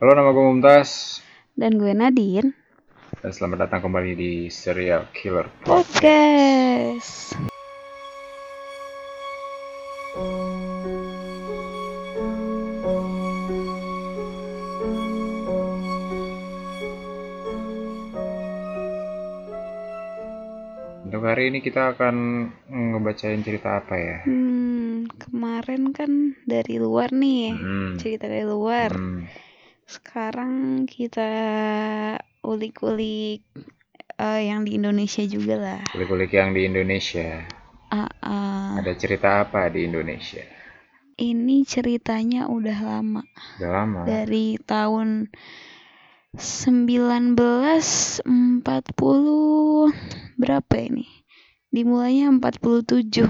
Halo, nama gue Mumtaz. Dan gue Nadine. Dan selamat datang kembali di Serial Killer Podcast. Untuk hari ini kita akan ngebacain cerita apa ya? Kemarin kan dari luar nih, cerita dari luar. Sekarang kita ulik-ulik yang di Indonesia juga lah. Kulik-kulik yang di Indonesia. Ada cerita apa di Indonesia? Ini ceritanya udah lama. Udah lama. Dari tahun 1940 berapa ini? Dimulainya 47.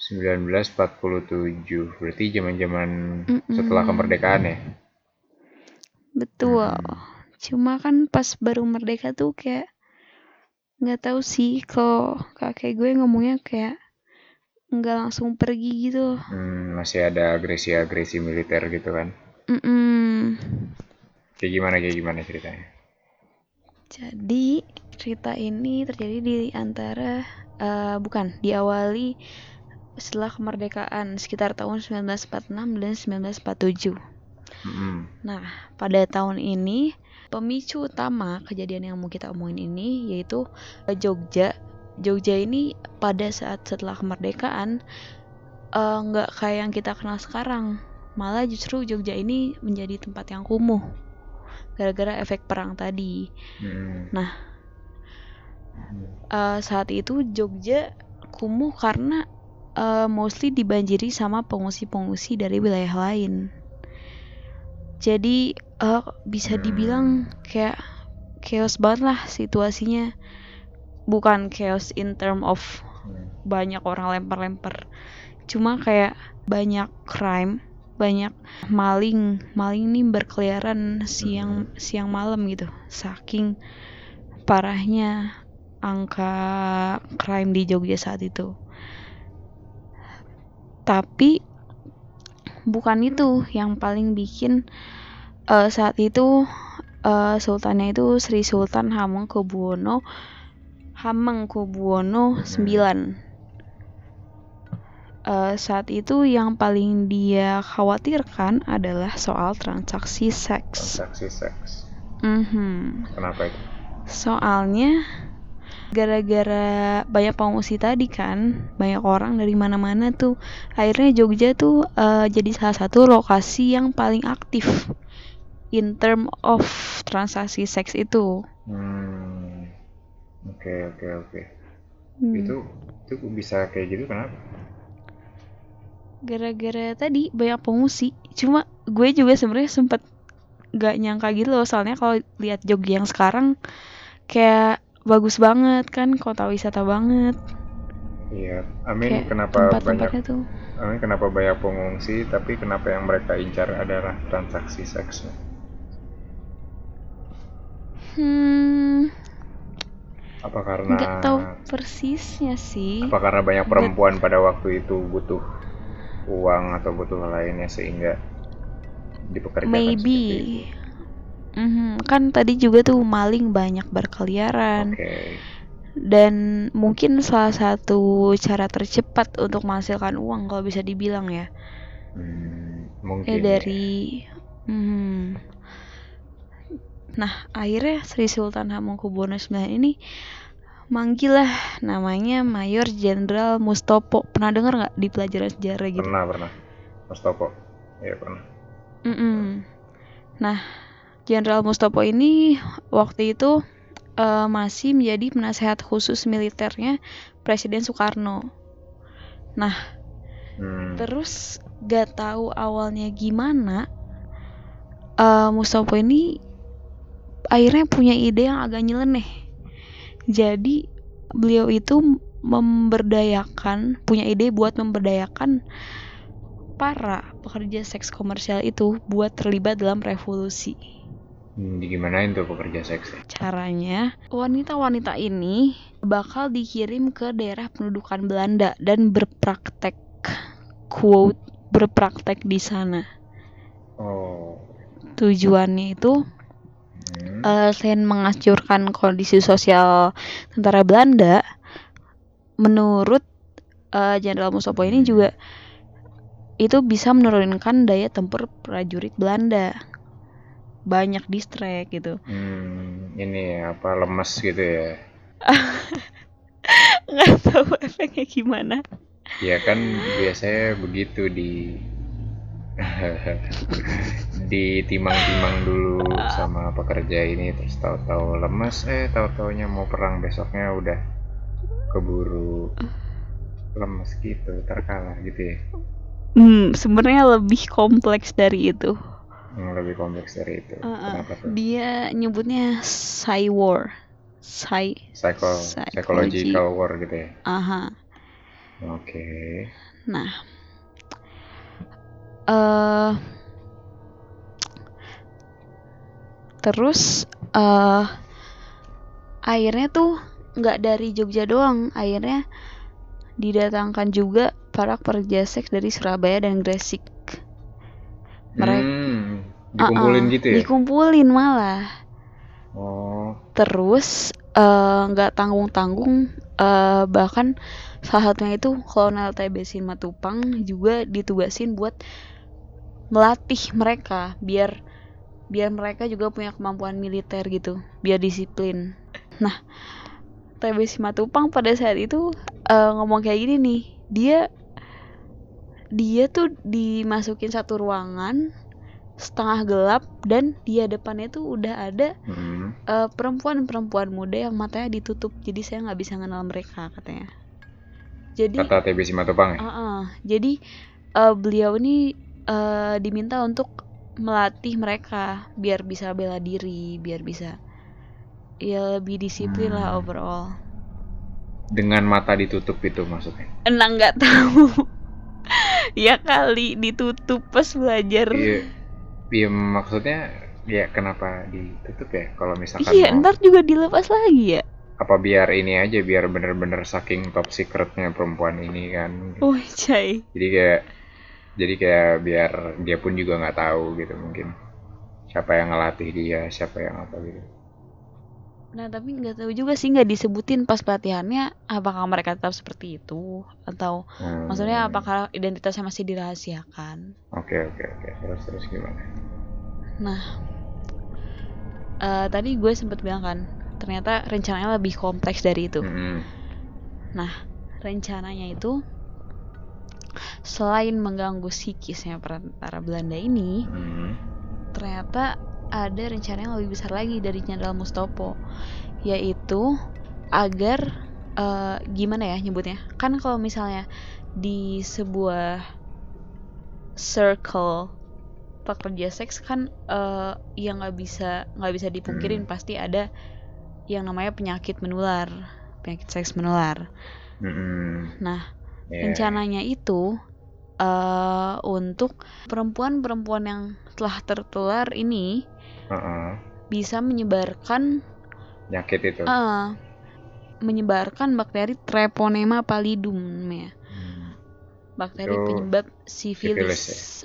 1947. Berarti zaman-zaman setelah kemerdekaan ya? Betul. Cuma kan pas baru merdeka tuh kayak nggak tahu sih, kalau kakek gue ngomongnya kayak nggak langsung pergi gitu. Masih ada agresi-agresi militer gitu kan? Kayak gimana ceritanya? Jadi cerita ini terjadi di antara diawali setelah kemerdekaan sekitar tahun 1946 dan 1947. Nah, pada tahun ini pemicu utama kejadian yang mau kita omongin ini yaitu Jogja. Jogja ini pada saat setelah kemerdekaan nggak kayak yang kita kenal sekarang. Malah justru Jogja ini menjadi tempat yang kumuh gara-gara efek perang tadi. Nah, saat itu Jogja kumuh karena mostly dibanjiri sama pengungsi-pengungsi dari wilayah lain. Jadi bisa dibilang kayak chaos banget lah situasinya. Bukan chaos in term of banyak orang lempar-lempar, cuma kayak banyak crime, banyak maling nih berkeliaran siang malam gitu. Saking parahnya angka crime di Jogja saat itu. Tapi bukan itu yang paling bikin saat itu sultannya itu Sri Sultan Hamengkubuwono IX. Saat itu yang paling dia khawatirkan adalah soal transaksi seks. Kenapa itu? Soalnya gara-gara banyak pengungsi tadi kan, banyak orang dari mana-mana tuh, akhirnya Jogja tuh jadi salah satu lokasi yang paling aktif in term of transaksi seks itu. Oke. Itu bisa kayak gitu kenapa? Gara-gara tadi banyak pengungsi. Cuma gue juga sebenarnya sempet gak nyangka gitu loh, soalnya kalau lihat Jogja yang sekarang kayak bagus banget kan, kota wisata banget. Iya, Kayak tempat-tempatnya tuh. Kenapa banyak pengungsi, tapi kenapa yang mereka incar adalah transaksi seksnya? Apa karena Nggak tahu persisnya sih. Apa karena banyak perempuan pada waktu itu butuh uang atau butuh lainnya sehingga dipekerjakan Maybe. seperti itu? Kan tadi juga tuh maling banyak berkeliaran. Oke. Dan mungkin salah satu cara tercepat untuk menghasilkan uang kalau bisa dibilang ya. Mungkin Dari Nah, akhirnya Sri Sultan Hamengkubuwono IX ini manggil lah namanya Mayor Jenderal Mustopo. Pernah dengar nggak di pelajaran sejarah gitu? Pernah. Mustopo. Iya, pernah. Nah, Jenderal Mustopo ini waktu itu masih menjadi penasehat khusus militernya Presiden Soekarno. Nah, terus gak tahu awalnya gimana Mustopo ini akhirnya punya ide yang agak nyeleneh. Jadi beliau itu punya ide buat memberdayakan para pekerja seks komersial itu buat terlibat dalam revolusi. Gimanain tuh pekerja seksnya? Caranya, wanita-wanita ini bakal dikirim ke daerah pendudukan Belanda dan berpraktek di sana. Tujuannya itu Hmm. selain menghancurkan kondisi sosial tentara Belanda, menurut Jenderal Mustopo ini juga itu bisa menurunkan daya tempur prajurit Belanda. Banyak distract gitu. Ini apa lemes gitu ya? Nggak tahu efeknya gimana. Ya kan biasanya begitu ditimang-timang dulu sama pekerja ini terus tahu-tahu lemes tahu-taunya mau perang besoknya udah keburu lemes gitu terkalah gitu ya. Sebenarnya lebih kompleks dari itu. Lebih kompleks dari itu. Kenapa tuh? Dia nyebutnya Psy-war. Psychology. Psychological war gitu ya. Aha. Oke. Nah, terus akhirnya tuh nggak dari Jogja doang, akhirnya didatangkan juga para pekerja seks dari Surabaya dan Gresik. Dikumpulin gitu ya? Dikumpulin malah. Oh. Terus nggak tanggung-tanggung, bahkan salah satunya itu Kolonel TB Simatupang juga ditugasin buat melatih mereka biar mereka juga punya kemampuan militer gitu, biar disiplin. Nah, TB Simatupang pada saat itu ngomong kayak gini nih, dia tuh dimasukin satu ruangan setengah gelap dan di hadapannya tuh udah ada perempuan muda yang matanya ditutup, jadi saya nggak bisa kenal mereka katanya. Jadi kata TB Simatupang ya? Jadi beliau ini diminta untuk melatih mereka biar bisa bela diri, biar bisa ya lebih disiplin lah overall. Dengan mata ditutup itu maksudnya? Nggak tahu. Ya kali ditutup pas belajar. Iya maksudnya ya kenapa ditutup ya kalau misalkan ntar juga dilepas lagi ya. Apa biar ini aja, biar bener-bener saking top secretnya perempuan ini kan. Cai. Jadi kayak biar dia pun juga nggak tahu gitu mungkin siapa yang ngelatih dia, siapa yang apa gitu. Nah tapi nggak tahu juga sih, nggak disebutin pas pelatihannya apakah mereka tetap seperti itu atau maksudnya apakah identitasnya masih dirahasiakan. Oke. Terus gimana? Nah, tadi gue sempat bilang kan ternyata rencananya lebih kompleks dari itu. Nah, rencananya itu selain mengganggu psikisnya para Belanda ini, ternyata ada rencana yang lebih besar lagi dari Jenderal Mustopo, yaitu agar gimana ya nyebutnya, kan kalau misalnya di sebuah circle pekerja seks kan yang nggak bisa dipungkirin pasti ada yang namanya penyakit seks menular. Nah, rencananya itu untuk perempuan yang telah tertular ini bisa menyebarkan penyakit itu, menyebarkan bakteri Treponema pallidum ya. Bakteri itu penyebab sifilis.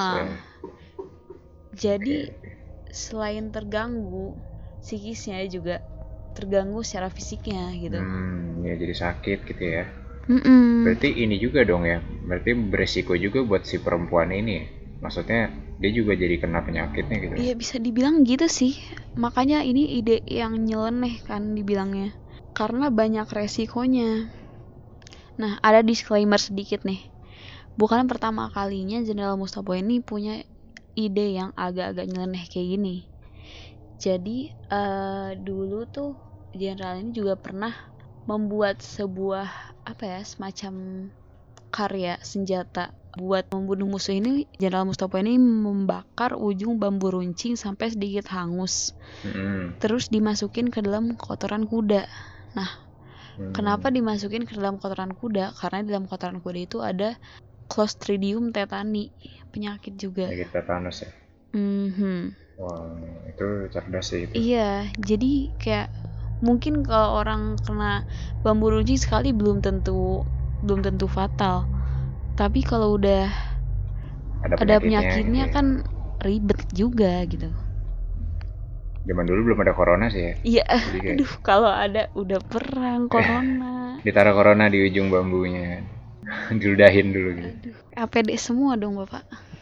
Jadi selain terganggu psikisnya juga terganggu secara fisiknya gitu. Ya jadi sakit gitu ya. Berarti ini juga dong ya, berarti beresiko juga buat si perempuan ini ya? Maksudnya dia juga jadi kena penyakitnya gitu. Iya bisa dibilang gitu sih, makanya ini ide yang nyeleneh kan dibilangnya, karena banyak resikonya. Nah ada disclaimer sedikit nih, bukan pertama kalinya Jenderal Mustopo ini punya ide yang agak-agak nyeleneh kayak gini. Jadi dulu tuh Jenderal ini juga pernah membuat sebuah semacam karya senjata buat membunuh musuh ini. Jenderal Mustopo ini membakar ujung bambu runcing sampai sedikit hangus, terus dimasukin ke dalam kotoran kuda. Nah, kenapa dimasukin ke dalam kotoran kuda? Karena di dalam kotoran kuda itu ada Clostridium tetani, penyakit juga. Penyakit tetanus ya. Wah, itu cerdas sih itu. Iya, jadi kayak mungkin kalau orang kena bambu runcing sekali belum tentu fatal, tapi kalau udah ada penyakitnya kan ribet juga gitu. Zaman dulu belum ada corona sih ya. Iya, Jadi kayak aduh kalau ada udah perang corona. ditaruh corona di ujung bambunya. Diludahin dulu gitu. Aduh, APD semua dong Bapak.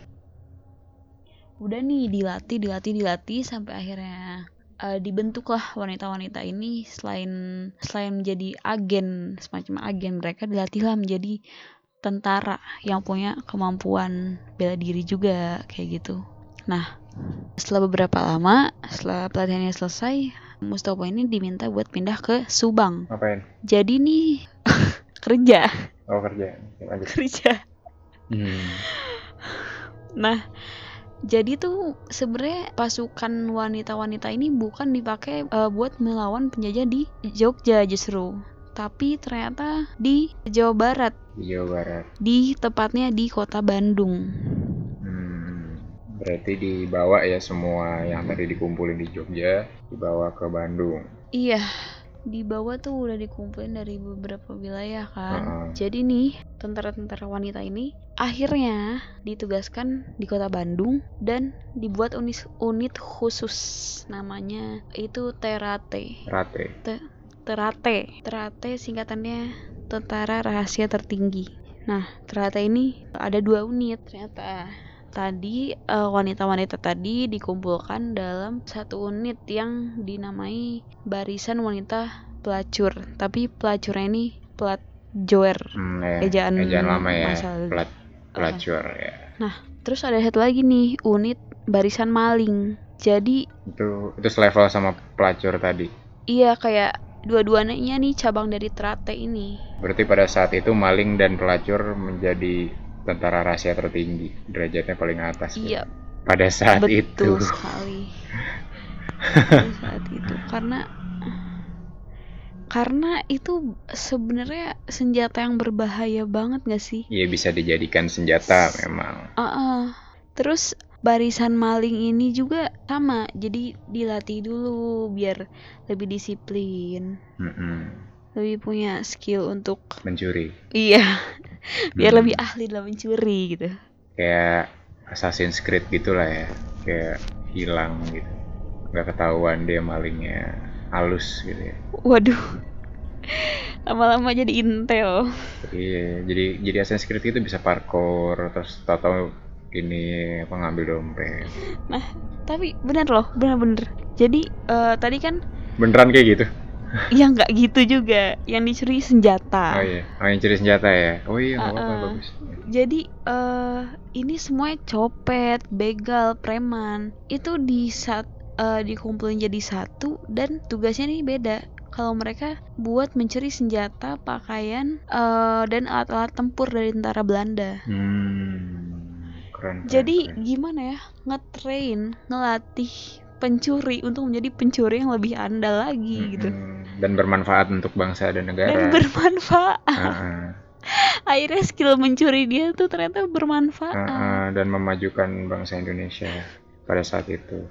Udah nih dilatih sampai akhirnya dibentuklah wanita-wanita ini. Selain menjadi agen, semacam agen, mereka dilatihlah menjadi tentara yang punya kemampuan bela diri juga kayak gitu. Nah, setelah beberapa lama, setelah pelatihannya selesai, Mustopo ini diminta buat pindah ke Subang. Ngapain? Jadi nih kerja. Oh, kerja. Lanjut. Kerja. Nah, jadi tuh sebenarnya pasukan wanita-wanita ini bukan dipakai buat melawan penjajah di Jogja justru, tapi ternyata di Jawa Barat. Di Jawa Barat. Di tepatnya di kota Bandung. Berarti dibawa ya semua yang tadi dikumpulin di Jogja, dibawa ke Bandung. Iya, dibawa tuh udah dikumpulin dari beberapa wilayah kan. Jadi nih tentara-tentara wanita ini akhirnya ditugaskan di kota Bandung dan dibuat unit khusus, namanya itu Terate. Terate singkatannya Tentara Rahasia Tertinggi. Nah, Terate ini ada 2 unit ternyata. Tadi wanita-wanita tadi dikumpulkan dalam 1 unit yang dinamai Barisan Wanita Pelacur. Tapi pelacurnya ini pelat joer. Ejaan lama ya. Masal. Pelacur ya. Nah, terus ada satu lagi nih, unit Barisan Maling. Jadi itu selevel sama pelacur tadi. Iya, kayak dua-duanya nih cabang dari Terate ini. Berarti pada saat itu maling dan pelacur menjadi tentara rahasia tertinggi, derajatnya paling atas. Iya. Pada saat itu. Betul sekali. Pada saat itu karena itu sebenarnya senjata yang berbahaya banget gak sih? Iya, bisa dijadikan senjata memang. Terus barisan maling ini juga sama, jadi dilatih dulu biar lebih disiplin. Lebih punya skill untuk mencuri. Iya. Biar lebih ahli dalam mencuri gitu. Kayak Assassin's Creed gitulah ya. Kayak hilang gitu. Gak ketahuan dia malingnya, halus gitu ya. Waduh. Lama-lama jadi intel. Iya, jadi Assassin's Creed itu bisa parkour, terus tahu-tahu ini ngambil dompet. Nah, tapi bener loh, bener-bener. Jadi tadi kan beneran kayak gitu? Ya nggak gitu juga, yang dicuri senjata. Oh iya, yang curi senjata ya. Oh iya, nggak apa-apa, bagus. Jadi ini semuanya copet, begal, preman itu dikumpulin jadi satu dan tugasnya nih beda. Kalau mereka buat mencuri senjata, pakaian, dan alat-alat tempur dari tentara Belanda. Keren. Jadi gimana ya, ngelatih pencuri untuk menjadi pencuri yang lebih andal lagi gitu. Dan bermanfaat untuk bangsa dan negara. Dan bermanfaat. Akhirnya skill mencuri dia tuh ternyata bermanfaat. Dan memajukan bangsa Indonesia pada saat itu.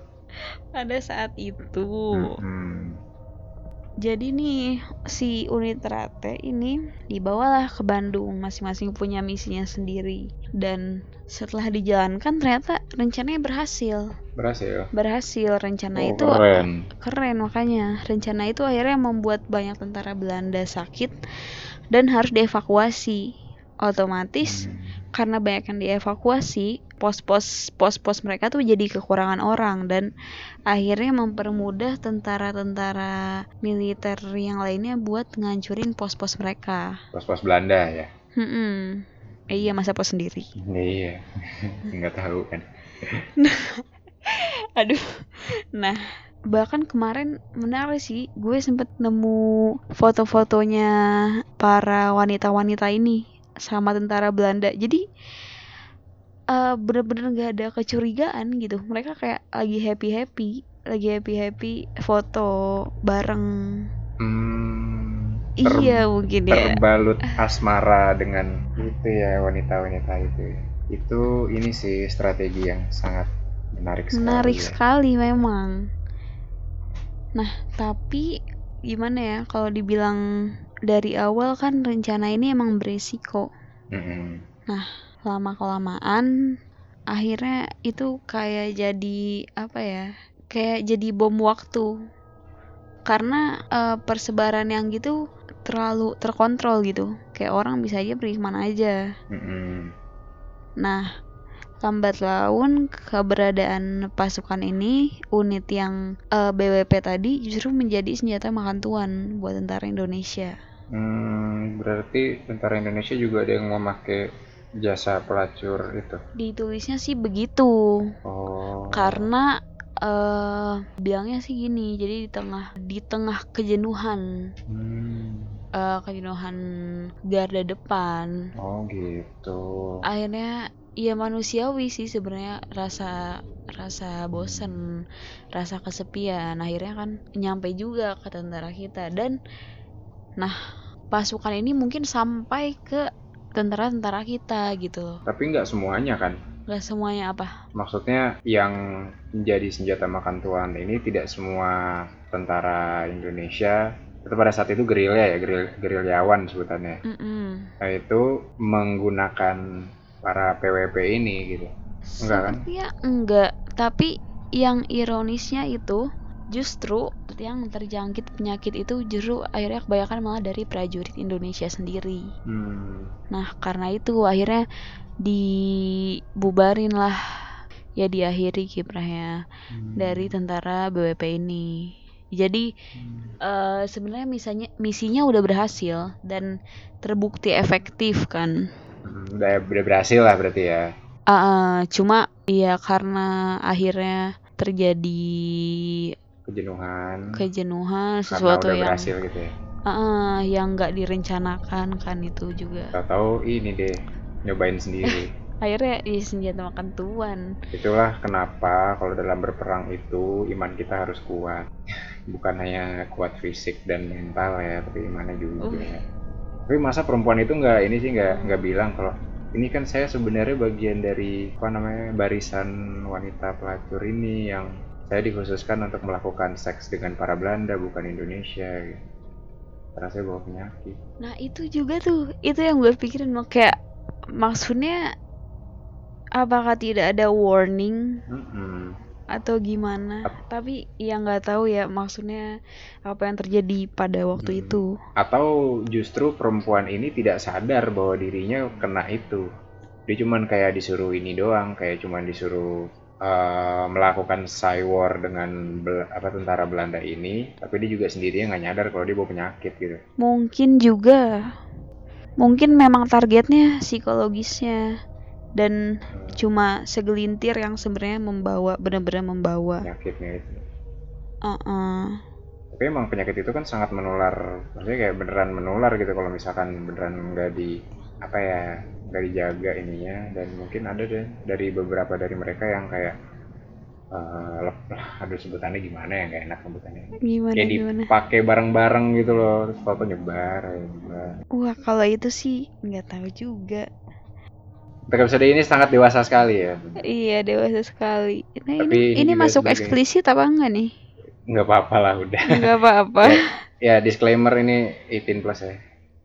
Jadi nih si unit Terate ini dibawalah ke Bandung, masing-masing punya misinya sendiri. Dan setelah dijalankan ternyata rencananya berhasil. Rencana itu keren makanya. Rencana itu akhirnya membuat banyak tentara Belanda sakit dan harus dievakuasi. Otomatis karena banyak yang dievakuasi, pos-pos mereka tuh jadi kekurangan orang dan akhirnya mempermudah tentara-tentara militer yang lainnya buat ngancurin pos-pos mereka. Pos-pos Belanda ya? Iya, masa pos sendiri. Iya, nggak tahu kan. Aduh. Nah, bahkan kemarin menarik sih, gue sempet nemu foto-fotonya para wanita-wanita ini sama tentara Belanda. Jadi bener-bener gak ada kecurigaan gitu. Mereka kayak lagi happy foto bareng. Iya mungkin ya. Terbalut asmara dengan itu ya, wanita-wanita itu. Itu ini sih strategi yang sangat menarik sekali memang. Nah, tapi gimana ya kalau dibilang dari awal kan rencana ini emang beresiko. Nah, lama-kelamaan akhirnya itu kayak jadi apa ya, kayak jadi bom waktu, karena persebaran yang gitu terlalu terkontrol gitu, kayak orang bisa aja pergi kemana aja. Nah, lambat laun keberadaan pasukan ini, unit yang BWP tadi, justru menjadi senjata makan tuan buat tentara Indonesia. Berarti tentara Indonesia juga ada yang memakai jasa pelacur itu. Ditulisnya sih begitu. Oh. Karena bilangnya sih gini, jadi di tengah kejenuhan kejenuhan garda depan. Oh gitu. Akhirnya ya manusiawi sih sebenarnya, rasa bosen, rasa kesepian, akhirnya kan nyampe juga ke tentara kita. Dan nah, pasukan ini mungkin sampai ke tentara-tentara kita gitu. Tapi nggak semuanya kan? Nggak semuanya apa? Maksudnya yang menjadi senjata makan tuan ini tidak semua tentara Indonesia. Itu pada saat itu gerilya ya, gerilyawan sebutannya. Nah, itu menggunakan para PWP ini gitu. Enggak kan? Sepertinya enggak, tapi yang ironisnya itu justru yang terjangkit penyakit itu justru akhirnya kebanyakan malah dari prajurit Indonesia sendiri. Nah, karena itu akhirnya dibubarin lah, ya diakhiri kiprahnya dari tentara BWP ini. Jadi sebenarnya misinya udah berhasil dan terbukti efektif kan. Udah berhasil lah berarti ya. Cuma ya karena akhirnya terjadi kejenuhan sesuatu udah yang berhasil gitu ya. Yang nggak direncanakan kan, itu juga. Tahu-tahu ini deh, nyobain sendiri. Akhirnya senjata makan tuan. Itulah kenapa kalau dalam berperang itu iman kita harus kuat. Bukan hanya kuat fisik dan mental ya, tapi imannya juga. Tapi masa perempuan itu nggak bilang kalau ini kan saya sebenarnya bagian dari barisan wanita pelacur ini yang saya dikhususkan untuk melakukan seks dengan para Belanda, bukan Indonesia gitu. Karena saya bawa penyakit. Nah itu juga tuh, itu yang gue pikirin, kayak maksudnya apakah tidak ada warning atau gimana? Tapi ya nggak tahu ya maksudnya apa yang terjadi pada waktu itu. Atau justru perempuan ini tidak sadar bahwa dirinya kena itu. Dia cuman kayak disuruh ini doang, kayak cuman disuruh melakukan cywar dengan tentara Belanda ini, tapi dia juga sendirinya nggak nyadar kalau dia bawa penyakit gitu. Mungkin memang targetnya psikologisnya, dan cuma segelintir yang sebenarnya benar-benar membawa penyakitnya itu. Tapi emang penyakit itu kan sangat menular, maksudnya kayak beneran menular gitu kalau misalkan beneran nggak dijaga ininya. Dan mungkin ada deh dari beberapa dari mereka yang kayak aduh sebutannya gimana ya, nggak enak sebutannya, kayak dipakai bareng-bareng gitu loh, terus foto nyebar. Wah, kalau itu sih nggak tahu juga. Untuk episode ini sangat dewasa sekali ya. Iya, dewasa sekali. Nah, ini masuk eksplisit apa enggak nih? Nggak apa-apa lah, udah. Nggak apa-apa. Ya disclaimer ini 18+ ya.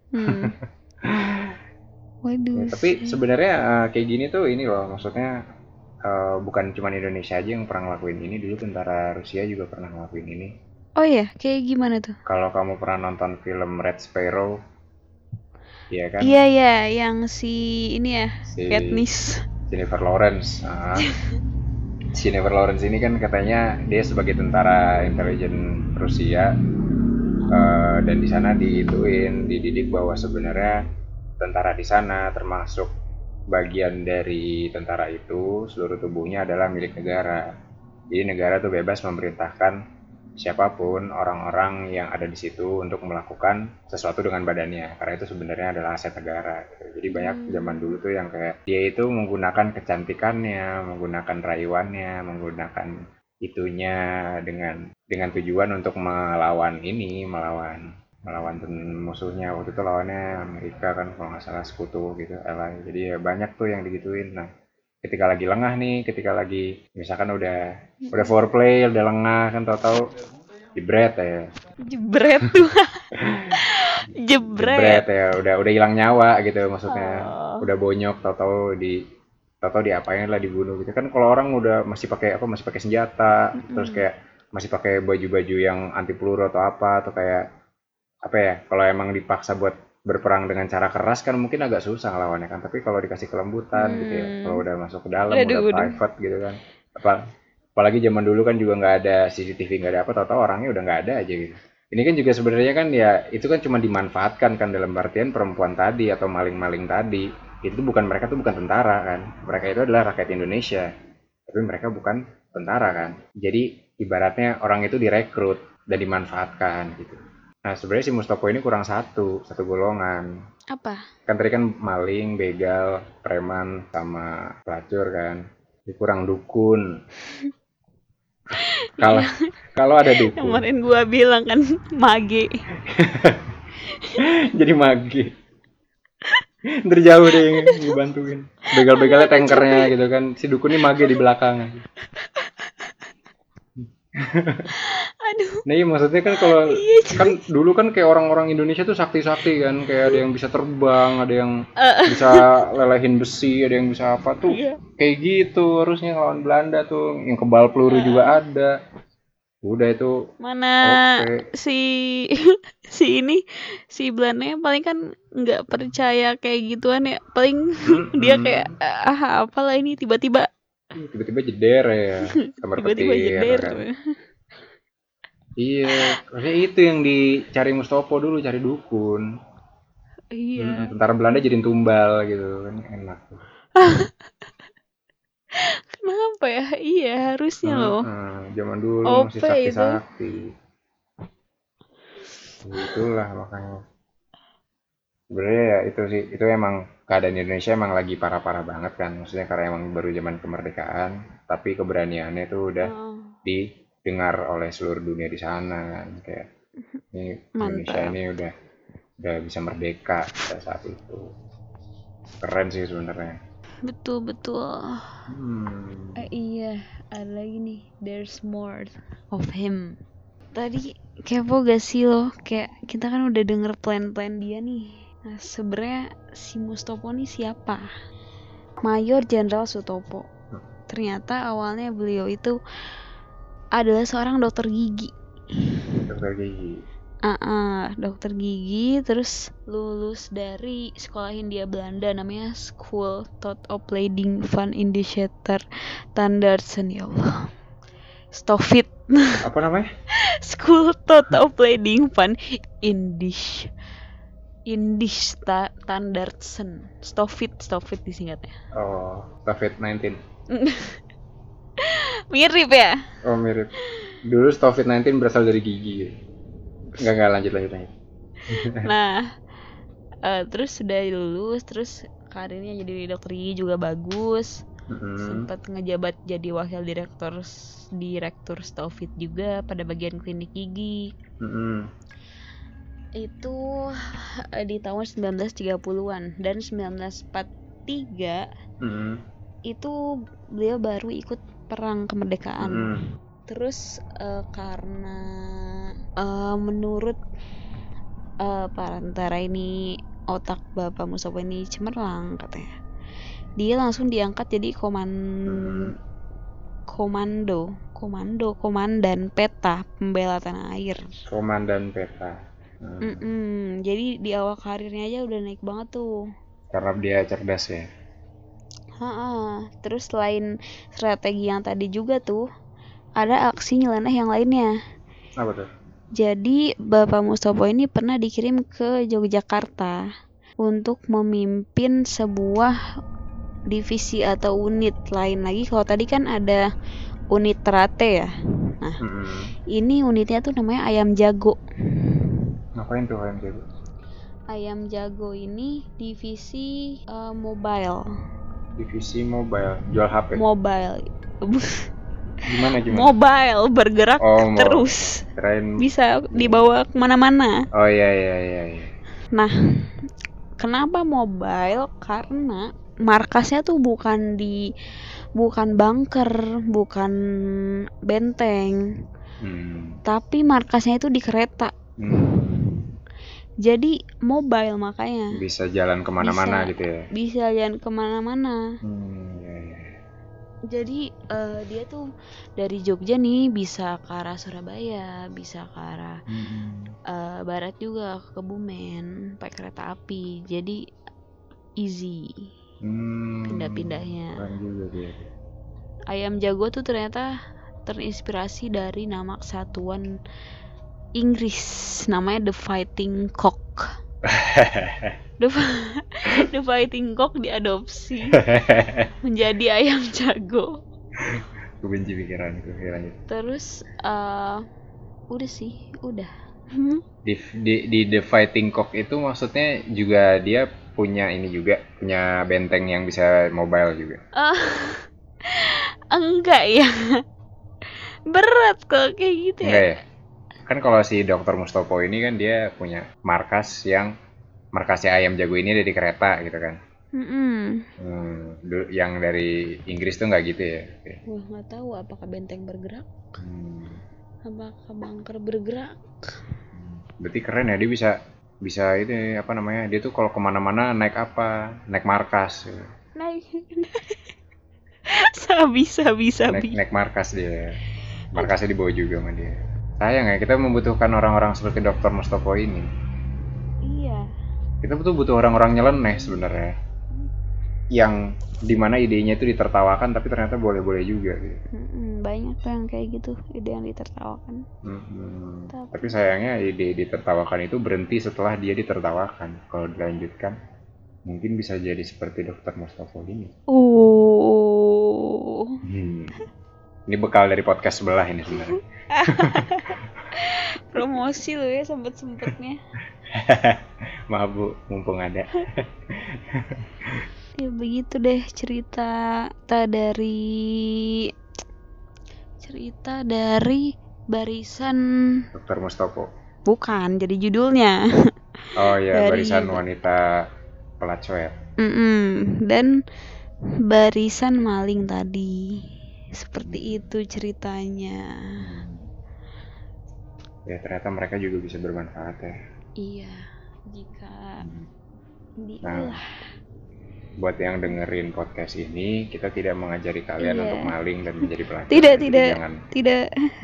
Waduh. Ya, tapi sebenarnya kayak gini tuh ini loh, maksudnya bukan cuma Indonesia aja yang pernah ngelakuin ini. Dulu tentara Rusia juga pernah ngelakuin ini. Oh iya, kayak gimana tuh? Kalau kamu pernah nonton film Red Sparrow, iya kan? Iya, yang si ini ya, Katniss, Jennifer Lawrence. Jennifer Lawrence ini kan katanya dia sebagai tentara intelijen Rusia, dan di sana dididik bahwa sebenarnya tentara di sana termasuk bagian dari tentara itu seluruh tubuhnya adalah milik negara. Jadi negara tuh bebas memerintahkan siapapun orang-orang yang ada di situ untuk melakukan sesuatu dengan badannya, karena itu sebenarnya adalah aset negara. Jadi banyak zaman dulu tuh yang kayak dia itu menggunakan kecantikannya, menggunakan rayuannya, menggunakan itunya dengan tujuan untuk melawan musuhnya. Waktu itu lawannya Amerika kan kalau nggak salah, sekutu gitu, ally. Jadi ya banyak tuh yang digituin. Nah, ketika lagi lengah nih, ketika lagi misalkan udah foreplay, udah lengah kan, tahu-tahu jebret ya. Jebret tuh. Jebret ya, udah hilang nyawa gitu maksudnya. Udah bonyok, tahu-tahu tahu diapain lah, dibunuh gitu kan. Kalau orang udah masih pakai senjata, terus kayak masih pakai baju-baju yang anti peluru atau apa, atau kayak apa ya, kalau emang dipaksa buat berperang dengan cara keras kan mungkin agak susah lawannya kan. Tapi kalau dikasih kelembutan gitu ya, kalau udah masuk ke dalam, udah Aduh, aduh. private gitu kan, apalagi zaman dulu kan juga nggak ada CCTV, nggak ada apa, tahu-tahu orangnya udah nggak ada aja gitu. Ini kan juga sebenarnya kan ya itu kan cuma dimanfaatkan kan, dalam artian perempuan tadi atau maling-maling tadi itu bukan, mereka tuh bukan tentara kan, mereka itu adalah rakyat Indonesia, tapi mereka bukan tentara kan. Jadi ibaratnya orang itu direkrut dan dimanfaatkan gitu. Nah sebenarnya si Mustopo ini kurang satu golongan. Apa? Kan tadi kan maling, begal, preman, sama pelacur kan. Dia kurang dukun. Kalau Iya, kalau ada dukun, kemarin gua bilang kan mage. jadi mage. Ntar jauh deh yang gue bantuin. Begal-begalnya tankernya gitu kan. Si dukun ini mage di belakang. Aduh, Nah iya maksudnya kan kalau iya kan cuy. dulu kan kayak orang-orang Indonesia tuh sakti-sakti kan, kayak ada yang bisa terbang, ada yang bisa lelehin besi, ada yang bisa apa tuh, Iya. kayak gitu harusnya lawan Belanda tuh, yang kebal peluru juga ada. Udah itu Mana oke. si si ini si Belanda paling kan nggak percaya kayak gituan ya, paling dia kayak Mm-mm. apalah ini tiba-tiba Tiba-tiba jeder ya, sambar tiba-tiba petir jeder. kan. Iya, maksudnya itu yang dicari Mustopo dulu, cari dukun. Iya, Tentara Belanda jadiin tumbal gitu kan, enak tuh. kenapa ya? Iya, harusnya loh. Zaman dulu masih OP itu. sakti-sakti. Itulah makanya. Sebenarnya ya itu sih, itu emang keadaan Indonesia emang lagi parah-parah banget kan. Maksudnya karena emang baru zaman kemerdekaan, tapi keberaniannya itu udah Oh, didengar oleh seluruh dunia di sana kan. Kayak ini Indonesia mantap. ini udah bisa merdeka pada saat itu. Keren sih sebenarnya. Betul betul. Hmm. Iya, ada lagi nih. There's more of him. Tadi kepo gak sih lo? Kayak kita kan udah denger plan-plan dia nih. Nah, sebenarnya si Mustopo nih siapa? Mayor Jenderal Sutopo. Ternyata awalnya beliau itu adalah seorang dokter gigi. Dokter gigi. Dokter gigi, terus lulus dari sekolah Hindia Belanda namanya School Tot Opleiding van Indischeter Tandartsen, ya Allah. Stofit. Apa namanya? School Tot Opleiding van Tandartsen. Stofit disingkatnya. Oh, COVID-19. Mirip ya? Oh, mirip. Dulu COVID-19 berasal dari gigi. Enggak, lanjut. Nah, terus sudah lulus, terus karirnya jadi dokter gigi juga bagus. Sempat ngejabat jadi wakil direktur Stofit juga pada bagian klinik gigi. Itu di tahun 1930-an dan 1943 itu beliau baru ikut perang kemerdekaan. Terus karena menurut para tentara ini otak Bapak Mustopo ini cemerlang katanya, dia langsung diangkat jadi komandan peta pembela tanah air. Komandan peta. Jadi di awal karirnya aja udah naik banget tuh. Karena dia cerdas ya. Terus selain strategi yang tadi juga tuh, ada aksi nyeleneh yang lainnya. Apa tuh? Jadi Bapak Mustopo ini pernah dikirim ke Yogyakarta untuk memimpin sebuah divisi atau unit lain lagi. Kalau tadi kan ada unit Terate ya. Nah, ini unitnya tuh namanya Ayam Jago. Ngapain tuh Ayam Jago? Ayam Jago ini divisi mobile. Divisi mobile, jual HP. Mobile. Gimana? Mobile, bergerak terus. Keren. Bisa dibawa kemana-mana. Oh iya. Nah, kenapa mobile? Karena markasnya tuh bukan bunker, bukan benteng, tapi markasnya itu di kereta. Jadi mobile, makanya bisa jalan kemana-mana gitu ya. Bisa jalan kemana-mana. Jadi dia tuh dari Jogja nih bisa ke arah Surabaya, bisa ke arah barat juga ke Kebumen pakai kereta api. Jadi easy pindah-pindahnya. Keren juga dia. Ayam jago tuh ternyata terinspirasi dari nama kesatuan Inggris, namanya The Fighting Cock. The Fighting Cock diadopsi menjadi ayam jago. Gue benci pikiranku. Lanjut. Terus udah sih, udah. Di The Fighting Cock itu maksudnya juga dia punya ini juga, punya benteng yang bisa mobile juga. Enggak ya. Berat kalau kayak gitu Enggak ya. ya? Kan kalau si Dr. Mustopo ini kan dia punya markasnya ayam jago ini ada di kereta gitu kan. Yang dari Inggris tuh nggak gitu ya? Oke. Wah, nggak tahu apakah benteng bergerak, apakah bunker bergerak. Berarti keren ya, dia bisa ini apa namanya, dia tuh kalau kemana-mana naik apa, naik markas gitu. Naik. Sabi. Naik markas dia, markasnya dibawa juga sama dia. Sayang ya, kita membutuhkan orang-orang seperti Dr. Mustopo ini. Iya. Kita butuh orang-orang nyeleneh sebenarnya, yang dimana idenya itu ditertawakan tapi ternyata boleh-boleh juga gitu. Banyak tuh yang kayak gitu, ide yang ditertawakan. Tapi sayangnya ide ditertawakan itu berhenti setelah dia ditertawakan. Kalau dilanjutkan mungkin bisa jadi seperti Dr. Mustopo ini. Ini bekal dari podcast sebelah ini sebenarnya. Promosi lo ya sempet-sempetnya. Maaf Bu, mumpung ada. Ya begitu deh cerita dari barisan Dr. Mustopo. bukan jadi judulnya. Oh ya, Dari barisan wanita pelacur. dan barisan maling tadi. Seperti itu ceritanya. Ya ternyata mereka juga bisa bermanfaat ya. Iya, jika diolah. Nah, buat yang dengerin podcast ini, kita tidak mengajari kalian untuk maling dan menjadi pelacur. Tidak.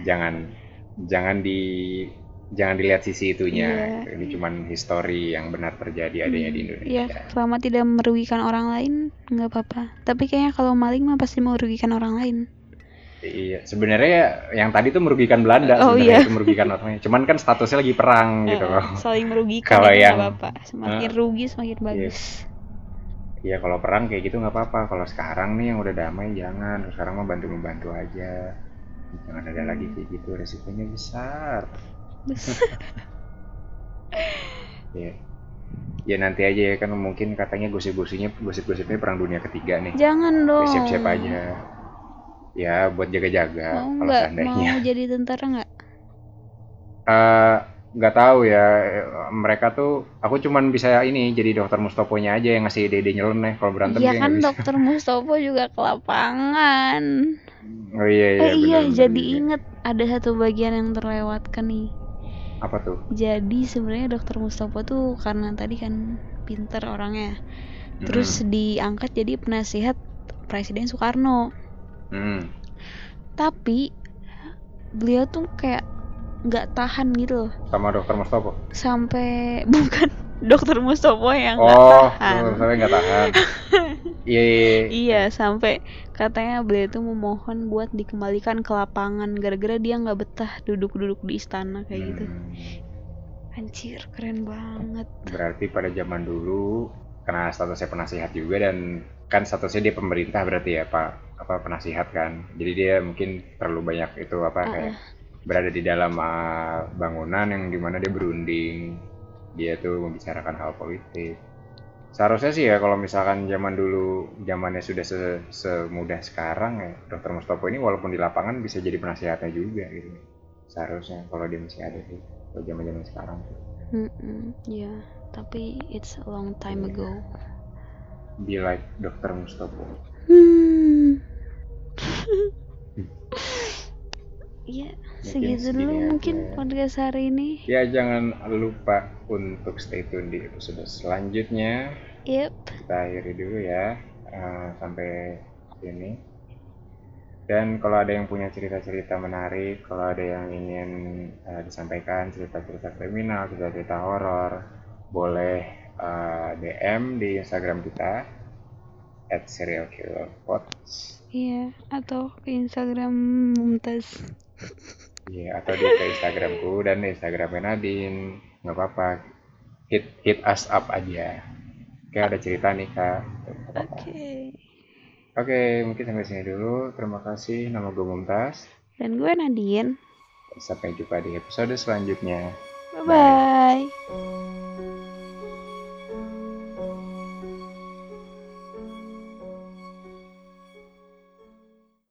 Jangan dilihat sisi itunya. Ini cuman histori yang benar terjadi adanya di Indonesia. Ya, selama tidak merugikan orang lain nggak apa-apa. Tapi kayaknya kalau maling mah pasti merugikan orang lain. Iya, sebenarnya yang tadi tuh merugikan Belanda, sebenarnya itu merugikan orangnya. Cuman kan statusnya lagi perang gitu loh. Saling merugikan kalau itu yang nggak apa-apa. Semakin rugi semakin bagus. Iya, kalau perang kayak gitu nggak apa-apa. Kalau sekarang nih yang udah damai jangan. Sekarang mah bantu-membantu aja. Jangan ada lagi kayak gitu, resikonya besar. Ya nanti aja ya, kan mungkin katanya gosip-gosipnya perang dunia ketiga nih. Jangan dong. Siap-siap aja. Ya buat jaga-jaga kalau seandainya. Mau jadi tentara nggak? Nggak tahu ya, mereka tuh, aku cuman bisa ini jadi Dokter Mustoponya aja yang ngasih ide nyeleneh. Kalau berantem Iya dia kan nggak bisa. Dokter Mustopo juga ke lapangan. Oh iya Iya, bener, jadi juga. inget ada satu bagian yang terlewatkan nih. Apa tuh? Jadi sebenarnya Dokter Mustopo tuh karena tadi kan pinter orangnya, terus diangkat jadi penasihat Presiden Soekarno. Tapi beliau tuh kayak nggak tahan gitu loh. Sama Dokter Mustopo? Sampai bukan Dokter Mustopo yang nggak tahan. Oh, sampai nggak tahan. Iya, sampai katanya beliau tuh memohon buat dikembalikan ke lapangan gara-gara dia nggak betah duduk-duduk di istana kayak gitu. Anjir, keren banget. Berarti pada zaman dulu karena statusnya penasihat juga, dan kan statusnya dia pemerintah berarti ya Pak, apa penasihat kan. Jadi dia mungkin terlalu banyak itu apa kayak berada di dalam bangunan yang dimana dia berunding, dia tuh membicarakan hal politik. Seharusnya sih ya kalau misalkan zaman dulu zamannya sudah semudah sekarang ya, Dokter Mustopo ini walaupun di lapangan bisa jadi penasihatnya juga gitu. Seharusnya kalau dia masih ada sih, kalau zaman-zaman sekarang tuh. Ya, tapi it's a long time ago. Be like Dokter Mustopo. Iya, segitu dulu mungkin podcast hari ini. Ya, jangan lupa untuk stay tune di episode selanjutnya. Yep. Kita akhiri dulu ya, sampai sini. Dan kalau ada yang punya cerita-cerita menarik, kalau ada yang ingin disampaikan, cerita-cerita kriminal, cerita-cerita horor, boleh DM di Instagram kita @serialkillerpods. Iya, atau ke Instagram Mumtaz. Iya, atau ke Instagramku dan di Instagramnya Nadine. Nggak apa-apa, hit us up aja. Kayak ada cerita nih kak, nggak apa-apa. Oke. Oke, mungkin sampai sini dulu. Terima kasih. Nama gue Mumtaz. Dan gue Nadine. Sampai jumpa di episode selanjutnya. Bye Bye. bye.